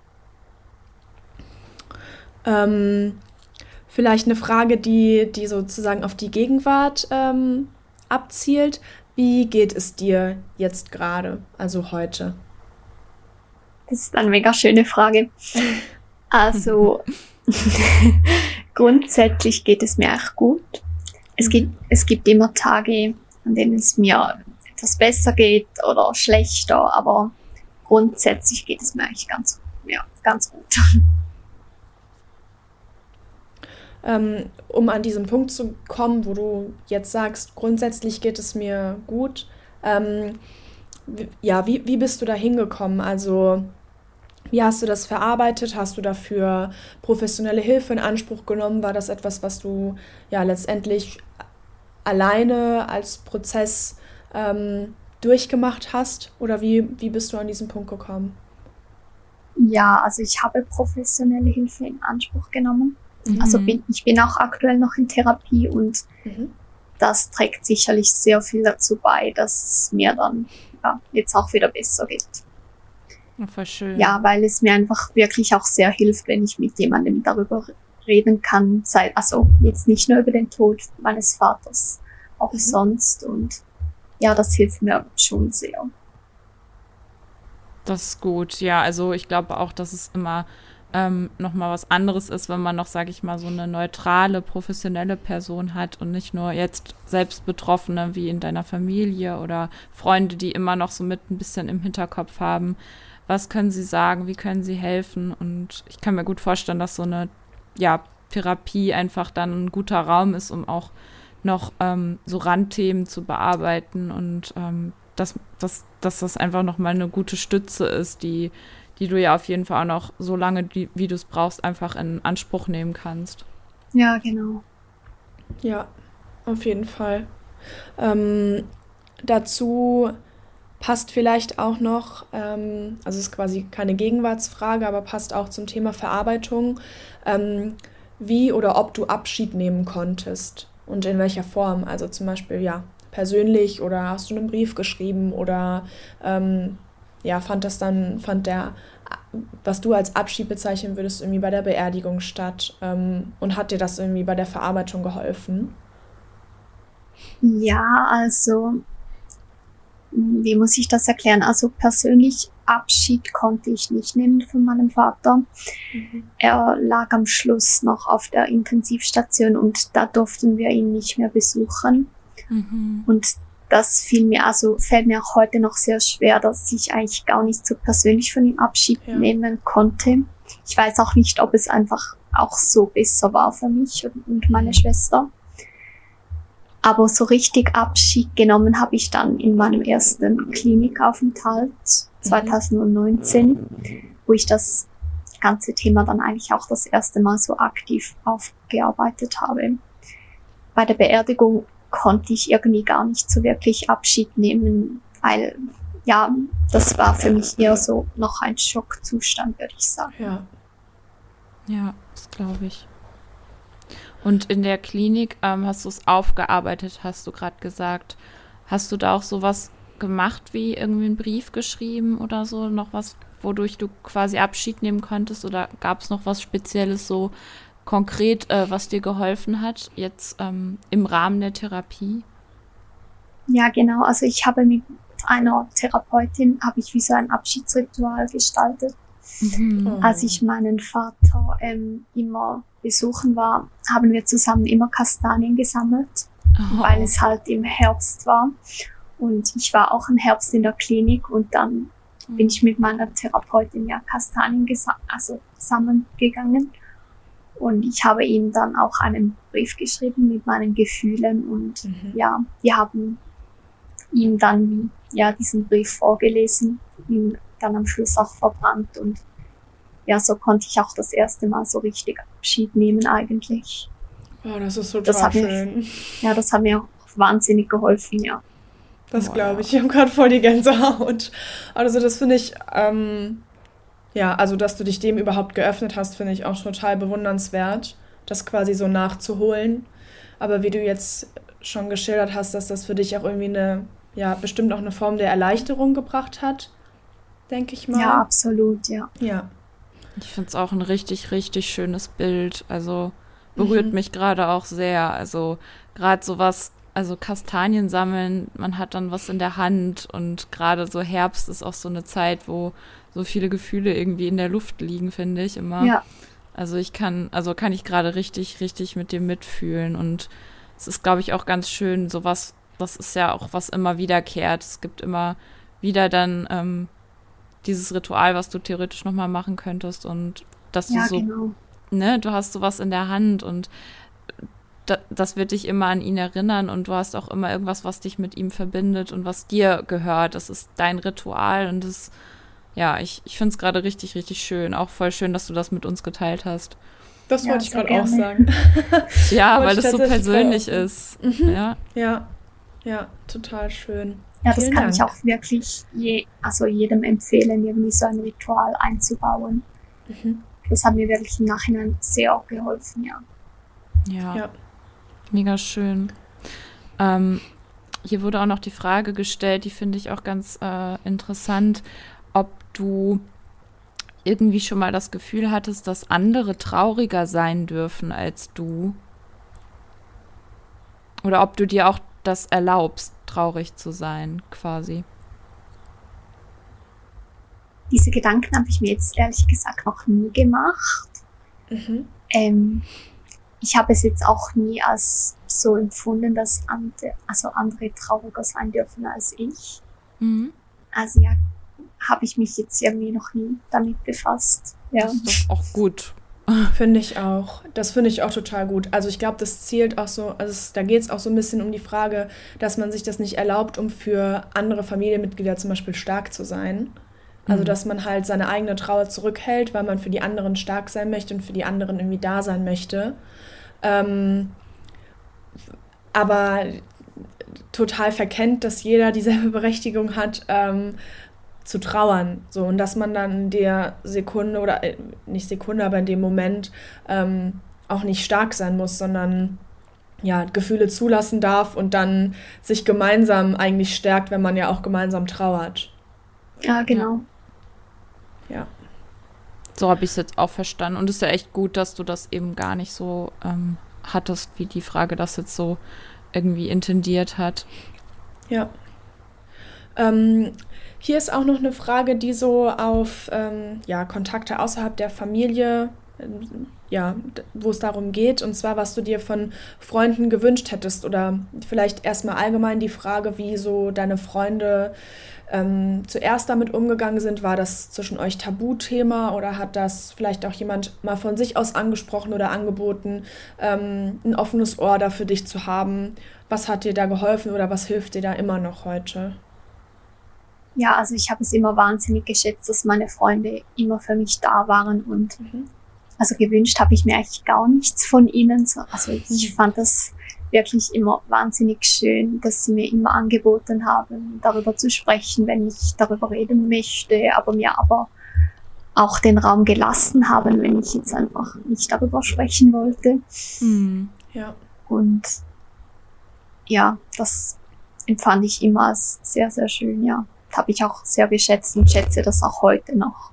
Ähm, Vielleicht eine Frage, die sozusagen auf die Gegenwart abzielt. Wie geht es dir jetzt gerade, also heute? Das ist eine mega schöne Frage. Also grundsätzlich geht es mir echt gut. Mhm. Es gibt immer Tage, an denen es mir etwas besser geht oder schlechter, aber grundsätzlich geht es mir eigentlich ganz gut. Um an diesen Punkt zu kommen, wo du jetzt sagst, grundsätzlich geht es mir gut. Ja, wie bist du da hingekommen? Also, wie hast du das verarbeitet? Hast du dafür professionelle Hilfe in Anspruch genommen? War das etwas, was du ja letztendlich alleine als Prozess durchgemacht hast? Oder wie bist du an diesen Punkt gekommen? Ja, also ich habe professionelle Hilfe in Anspruch genommen. Also ich bin auch aktuell noch in Therapie und das trägt sicherlich sehr viel dazu bei, dass es mir dann jetzt auch wieder besser geht. Ja, voll schön. Ja, weil es mir einfach wirklich auch sehr hilft, wenn ich mit jemandem darüber reden kann. Also jetzt nicht nur über den Tod meines Vaters, auch sonst. Und ja, das hilft mir schon sehr. Das ist gut, ja. Also ich glaube auch, dass es immer nochmal was anderes ist, wenn man noch, sage ich mal, so eine neutrale, professionelle Person hat und nicht nur jetzt selbst Betroffene wie in deiner Familie oder Freunde, die immer noch so mit ein bisschen im Hinterkopf haben, was können sie sagen, wie können sie helfen, und ich kann mir gut vorstellen, dass so eine Therapie einfach dann ein guter Raum ist, um auch noch so Randthemen zu bearbeiten und dass das einfach nochmal eine gute Stütze ist, die du ja auf jeden Fall auch noch so lange, wie du es brauchst, einfach in Anspruch nehmen kannst. Ja, genau. Ja, auf jeden Fall. Dazu passt vielleicht auch noch, also es ist quasi keine Gegenwartsfrage, aber passt auch zum Thema Verarbeitung, wie oder ob du Abschied nehmen konntest und in welcher Form. Also zum Beispiel, persönlich, oder hast du einen Brief geschrieben oder fand der, was du als Abschied bezeichnen würdest, irgendwie bei der Beerdigung statt, und hat dir das irgendwie bei der Verarbeitung geholfen? Ja, also wie muss ich das erklären? Also persönlich Abschied konnte ich nicht nehmen von meinem Vater. Er lag am Schluss noch auf der Intensivstation und da durften wir ihn nicht mehr besuchen. Und das fällt mir auch heute noch sehr schwer, dass ich eigentlich gar nicht so persönlich von ihm Abschied nehmen konnte. Ich weiß auch nicht, ob es einfach auch so besser war für mich und meine Schwester. Aber so richtig Abschied genommen habe ich dann in meinem ersten Klinikaufenthalt 2019, wo ich das ganze Thema dann eigentlich auch das erste Mal so aktiv aufgearbeitet habe. Bei der Beerdigung konnte ich irgendwie gar nicht so wirklich Abschied nehmen, weil das war für mich eher so noch ein Schockzustand, würde ich sagen. Ja, das glaube ich. Und in der Klinik hast du es aufgearbeitet, hast du gerade gesagt. Hast du da auch sowas gemacht, wie irgendwie einen Brief geschrieben oder so? Noch was, wodurch du quasi Abschied nehmen konntest? Oder gab es noch was Spezielles so konkret, was dir geholfen hat, jetzt im Rahmen der Therapie? Ja, genau. Also ich habe mit einer Therapeutin wie so ein Abschiedsritual gestaltet. Als ich meinen Vater immer besuchen war, haben wir zusammen immer Kastanien gesammelt, weil es halt im Herbst war. Und ich war auch im Herbst in der Klinik und dann bin ich mit meiner Therapeutin Kastanien sammeln gegangen. Und ich habe ihm dann auch einen Brief geschrieben mit meinen Gefühlen und wir haben ihm dann diesen Brief vorgelesen, ihn dann am Schluss auch verbrannt und so konnte ich auch das erste Mal so richtig Abschied nehmen eigentlich. Oh, das ist total schön. Das hat mir auch wahnsinnig geholfen, ja. Das glaube ich. Ich habe gerade voll die Gänsehaut. Also das finde ich, also dass du dich dem überhaupt geöffnet hast, finde ich auch total bewundernswert, das quasi so nachzuholen. Aber wie du jetzt schon geschildert hast, dass das für dich auch irgendwie bestimmt auch eine Form der Erleichterung gebracht hat, denke ich mal. Ja, absolut, ja. Ich finde es auch ein richtig, richtig schönes Bild. Also berührt mich gerade auch sehr. Also gerade sowas, also Kastanien sammeln, man hat dann was in der Hand und gerade so Herbst ist auch so eine Zeit, wo so viele Gefühle irgendwie in der Luft liegen, finde ich immer. Ja. Also kann ich gerade richtig, richtig mit dir mitfühlen und es ist, glaube ich, auch ganz schön, sowas, das ist ja auch was immer wiederkehrt. Es gibt immer wieder dann dieses Ritual, was du theoretisch nochmal machen könntest und dass du genau. Du hast sowas in der Hand und das wird dich immer an ihn erinnern und du hast auch immer irgendwas, was dich mit ihm verbindet und was dir gehört. Das ist dein Ritual und ich finde es gerade richtig, richtig schön. Auch voll schön, dass du das mit uns geteilt hast. Das Ja, wollte ich sehr gerade auch gerne. sagen. Ja, Wollte weil ich das so tatsächlich persönlich behaupten. ist. Ja. Ja, ja, total schön. Ja, das Vielen kann ich Dank. auch wirklich also jedem empfehlen, irgendwie so ein Ritual einzubauen. Das hat mir wirklich im Nachhinein sehr geholfen, ja. Ja, Ja. mega schön. Hier wurde auch noch die Frage gestellt, die finde ich auch ganz interessant, ob du irgendwie schon mal das Gefühl hattest, dass andere trauriger sein dürfen als du. Oder ob du dir auch das erlaubst, traurig zu sein, quasi. Diese Gedanken habe ich mir jetzt ehrlich gesagt noch nie gemacht. Mhm. Ich habe es jetzt auch nie als so empfunden, dass andere trauriger sein dürfen als ich. Mhm. Also ja, habe ich mich jetzt irgendwie noch nie damit befasst. Ja. Das ist doch auch gut. Finde ich auch. Das finde ich auch total gut. Also ich glaube, das zielt auch so, da geht es auch so ein bisschen um die Frage, dass man sich das nicht erlaubt, um für andere Familienmitglieder zum Beispiel stark zu sein. Also dass man halt seine eigene Trauer zurückhält, weil man für die anderen stark sein möchte und für die anderen irgendwie da sein möchte. Aber total verkennt, dass jeder dieselbe Berechtigung hat, zu trauern. So, und dass man dann in der Sekunde oder nicht Sekunde, aber in dem Moment auch nicht stark sein muss, sondern ja, Gefühle zulassen darf und dann sich gemeinsam eigentlich stärkt, wenn man ja auch gemeinsam trauert. Ja, genau. Ja. So habe ich es jetzt auch verstanden. Und es ist ja echt gut, dass du das eben gar nicht so hattest, wie die Frage das jetzt so irgendwie intendiert hat. Ja. Hier ist auch noch eine Frage, die so auf Kontakte außerhalb der Familie, wo es darum geht, und zwar, was du dir von Freunden gewünscht hättest oder vielleicht erstmal allgemein die Frage, wie so deine Freunde zuerst damit umgegangen sind. War das zwischen euch Tabuthema oder hat das vielleicht auch jemand mal von sich aus angesprochen oder angeboten, ein offenes Ohr da für dich zu haben? Was hat dir da geholfen oder was hilft dir da immer noch heute? Ja, also ich habe es immer wahnsinnig geschätzt, dass meine Freunde immer für mich da waren und also gewünscht habe ich mir eigentlich gar nichts von ihnen. Also ich fand das wirklich immer wahnsinnig schön, dass sie mir immer angeboten haben, darüber zu sprechen, wenn ich darüber reden möchte, aber mir auch den Raum gelassen haben, wenn ich jetzt einfach nicht darüber sprechen wollte. Ja. Und ja, das empfand ich immer als sehr, sehr schön, ja. Das habe ich auch sehr geschätzt und schätze das auch heute noch.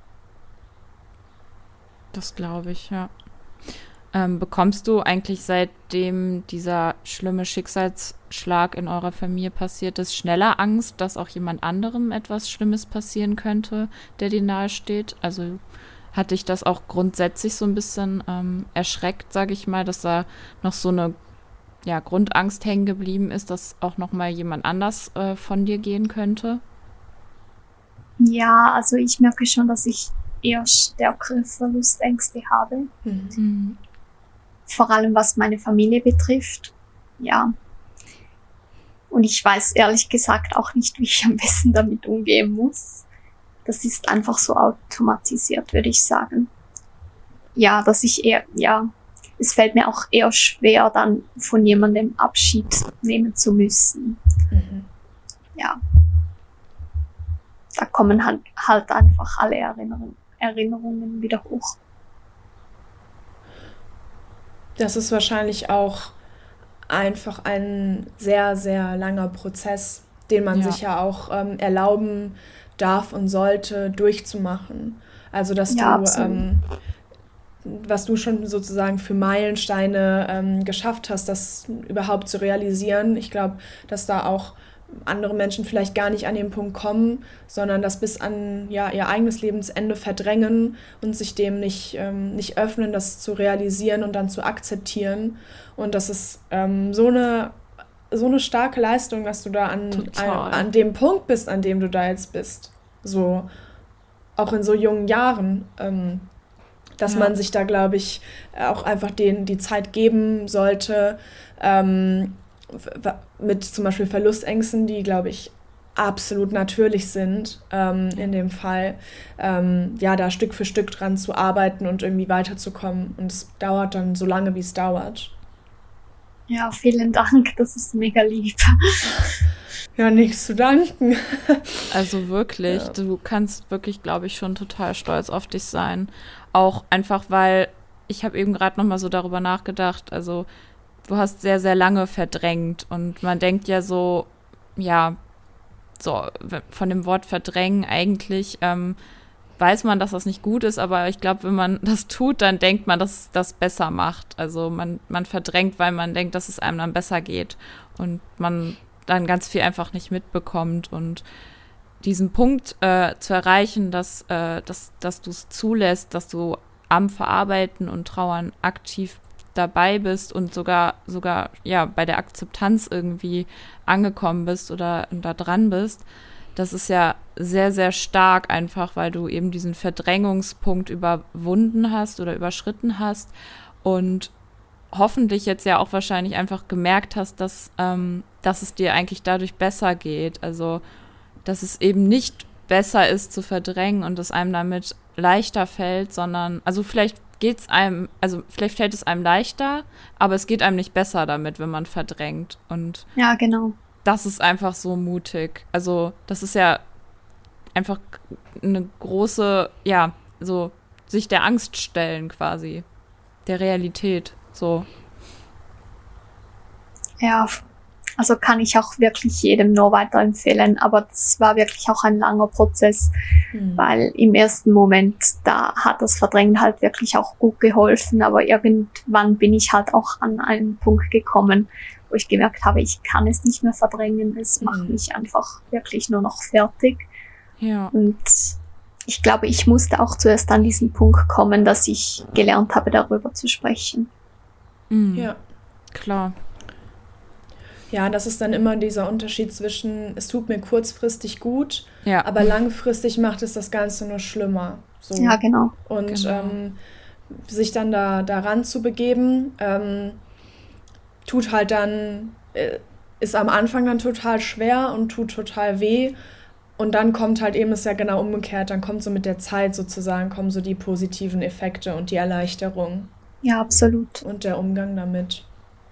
Das glaube ich, ja. Bekommst du eigentlich, seitdem dieser schlimme Schicksalsschlag in eurer Familie passiert ist, schneller Angst, dass auch jemand anderem etwas Schlimmes passieren könnte, der dir nahe steht? Also hat dich das auch grundsätzlich so ein bisschen erschreckt, sage ich mal, dass da noch so eine Grundangst hängen geblieben ist, dass auch noch mal jemand anders von dir gehen könnte? Ja, also ich merke schon, dass ich eher stärkere Verlustängste habe. Vor allem was meine Familie betrifft. Ja. Und ich weiß ehrlich gesagt auch nicht, wie ich am besten damit umgehen muss. Das ist einfach so automatisiert, würde ich sagen. Ja, dass ich es fällt mir auch eher schwer, dann von jemandem Abschied nehmen zu müssen. Ja. Da kommen halt einfach alle Erinnerungen wieder hoch. Das ist wahrscheinlich auch einfach ein sehr, sehr langer Prozess, den man sich ja auch erlauben darf und sollte, durchzumachen. Also, dass was du schon sozusagen für Meilensteine geschafft hast, das überhaupt zu realisieren. Ich glaube, dass da auch andere Menschen vielleicht gar nicht an den Punkt kommen, sondern das bis an ihr eigenes Lebensende verdrängen und sich dem nicht öffnen, das zu realisieren und dann zu akzeptieren. Und das ist so eine starke Leistung, dass du da an dem Punkt bist, an dem du da jetzt bist. So, auch in so jungen Jahren. Dass man sich da, glaube ich, auch einfach die Zeit geben sollte, mit zum Beispiel Verlustängsten, die, glaube ich, absolut natürlich sind, in dem Fall, ja, da Stück für Stück dran zu arbeiten und irgendwie weiterzukommen. Und es dauert dann so lange, wie es dauert. Ja, vielen Dank, das ist mega lieb. Ja, nichts zu danken. Also wirklich, du kannst wirklich, glaube ich, schon total stolz auf dich sein. Auch einfach, weil ich habe eben gerade noch mal so darüber nachgedacht, also du hast sehr, sehr lange verdrängt und man denkt ja so, ja, so von dem Wort verdrängen eigentlich weiß man, dass das nicht gut ist, aber ich glaube, wenn man das tut, dann denkt man, dass es das besser macht. Also man verdrängt, weil man denkt, dass es einem dann besser geht und man dann ganz viel einfach nicht mitbekommt und diesen Punkt zu erreichen, dass du es zulässt, dass du am Verarbeiten und Trauern aktiv dabei bist und sogar ja bei der Akzeptanz irgendwie angekommen bist oder da dran bist, das ist ja sehr, sehr stark einfach, weil du eben diesen Verdrängungspunkt überwunden hast oder überschritten hast und hoffentlich jetzt ja auch wahrscheinlich einfach gemerkt hast, dass es dir eigentlich dadurch besser geht. Also, dass es eben nicht besser ist zu verdrängen und es einem damit leichter fällt, sondern, also vielleicht fällt es einem leichter, aber es geht einem nicht besser damit, wenn man verdrängt. Und ja, genau. Das ist einfach so mutig. Also, das ist ja einfach eine große, ja, so sich der Angst stellen quasi, der Realität, so. Ja, also kann ich auch wirklich jedem nur weiterempfehlen, aber es war wirklich auch ein langer Prozess, weil im ersten Moment, da hat das Verdrängen halt wirklich auch gut geholfen, aber irgendwann bin ich halt auch an einen Punkt gekommen, wo ich gemerkt habe, ich kann es nicht mehr verdrängen, es macht mich einfach wirklich nur noch fertig. Ja. Und ich glaube, ich musste auch zuerst an diesen Punkt kommen, dass ich gelernt habe, darüber zu sprechen. Ja. Klar. Ja, das ist dann immer dieser Unterschied zwischen, es tut mir kurzfristig gut, Ja. aber langfristig macht es das Ganze nur schlimmer. So. Ja, genau. Und sich dann daran zu begeben, tut halt dann, ist am Anfang dann total schwer und tut total weh. Und dann kommt halt eben, ist ja genau umgekehrt, dann kommt so mit der Zeit sozusagen, kommen so die positiven Effekte und die Erleichterung. Ja, absolut. Und der Umgang damit.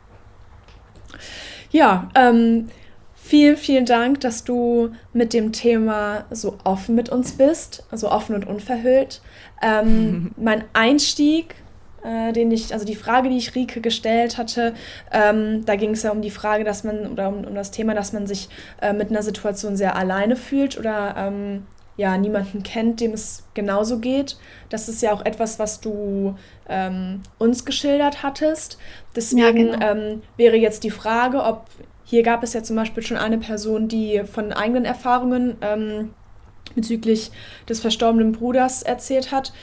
Ja, vielen, vielen Dank, dass du mit dem Thema so offen mit uns bist, so offen und unverhüllt. Mein Einstieg, die Frage, die ich Rike gestellt hatte, da ging es ja um die Frage, dass man, oder um das Thema, dass man sich mit einer Situation sehr alleine fühlt oder niemanden kennt, dem es genauso geht. Das ist ja auch etwas, was du uns geschildert hattest. Deswegen wäre jetzt die Frage, ob, hier gab es ja zum Beispiel schon eine Person, die von eigenen Erfahrungen bezüglich des verstorbenen Bruders erzählt hat.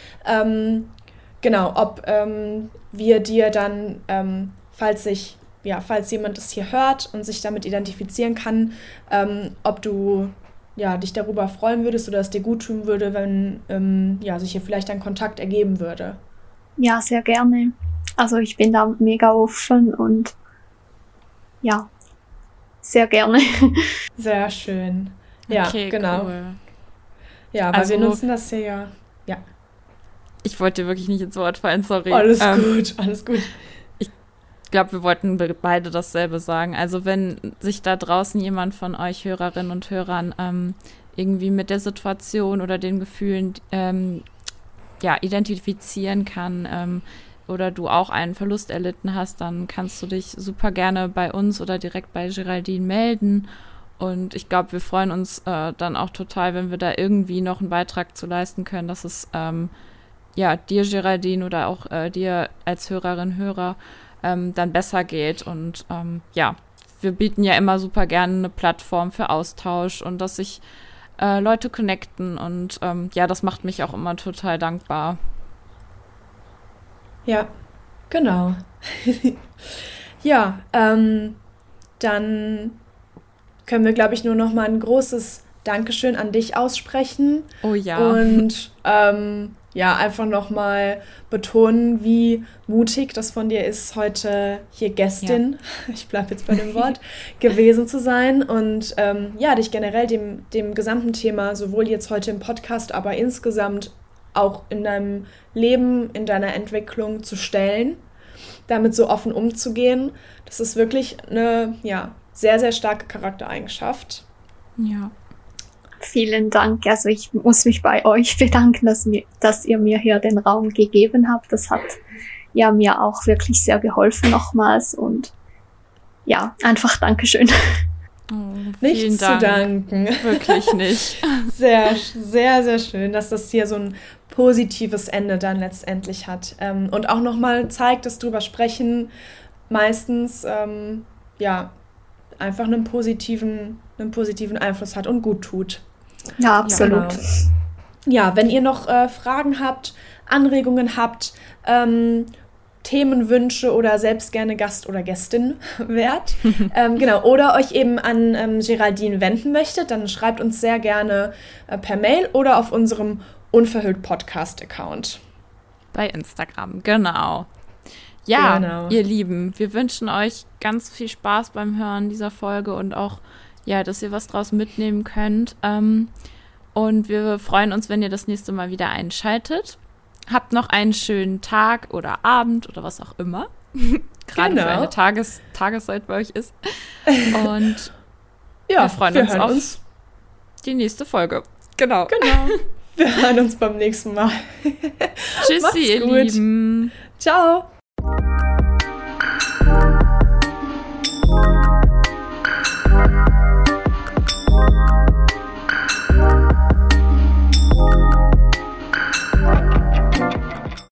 Ob wir dir dann, falls jemand das hier hört und sich damit identifizieren kann, ob du dich darüber freuen würdest oder es dir gut tun würde, wenn sich hier vielleicht ein Kontakt ergeben würde. Ja, sehr gerne. Also ich bin da mega offen und ja, sehr gerne. Sehr schön. Ja, okay, genau. Cool. Ja, weil wir nutzen das hier ja. Ich wollte dir wirklich nicht ins Wort fallen, sorry. Alles gut. Ich glaube, wir wollten beide dasselbe sagen. Also wenn sich da draußen jemand von euch Hörerinnen und Hörern irgendwie mit der Situation oder den Gefühlen identifizieren kann oder du auch einen Verlust erlitten hast, dann kannst du dich super gerne bei uns oder direkt bei Geraldine melden. Und ich glaube, wir freuen uns dann auch total, wenn wir da irgendwie noch einen Beitrag zu leisten können, dass es dir, Geraldine, oder auch dir als Hörerin, Hörer dann besser geht. Und wir bieten ja immer super gerne eine Plattform für Austausch und dass sich Leute connecten. Und das macht mich auch immer total dankbar. Ja, genau. Dann können wir, glaube ich, nur noch mal ein großes Dankeschön an dich aussprechen. Oh ja. Und ja, einfach nochmal betonen, wie mutig das von dir ist, heute hier Gästin, ich bleibe jetzt bei dem Wort, gewesen zu sein und dich generell dem gesamten Thema, sowohl jetzt heute im Podcast, aber insgesamt auch in deinem Leben, in deiner Entwicklung zu stellen, damit so offen umzugehen. Das ist wirklich eine, sehr, sehr starke Charaktereigenschaft. Ja. Vielen Dank. Also ich muss mich bei euch bedanken, dass ihr mir hier den Raum gegeben habt. Das hat ja mir auch wirklich sehr geholfen nochmals und ja, einfach Dankeschön. Oh, Nichts zu danken. Wirklich nicht. Sehr, sehr, sehr schön, dass das hier so ein positives Ende dann letztendlich hat. Und auch nochmal zeigt, dass drüber sprechen meistens einfach einen positiven Einfluss hat und gut tut. Ja, absolut. Genau. Ja, wenn ihr noch Fragen habt, Anregungen habt, Themenwünsche oder selbst gerne Gast oder Gästin wärt, oder euch eben an Geraldine wenden möchtet, dann schreibt uns sehr gerne per Mail oder auf unserem Unverhüllt-Podcast-Account. Bei Instagram, genau. Ja, genau. Ihr Lieben, wir wünschen euch ganz viel Spaß beim Hören dieser Folge und auch, dass ihr was draus mitnehmen könnt. Und wir freuen uns, wenn ihr das nächste Mal wieder einschaltet. Habt noch einen schönen Tag oder Abend oder was auch immer. Gerade für eine Tageszeit bei euch ist. Und wir freuen uns auf die nächste Folge. Genau. Wir hören uns beim nächsten Mal. Tschüssi, ihr Lieben. Ciao.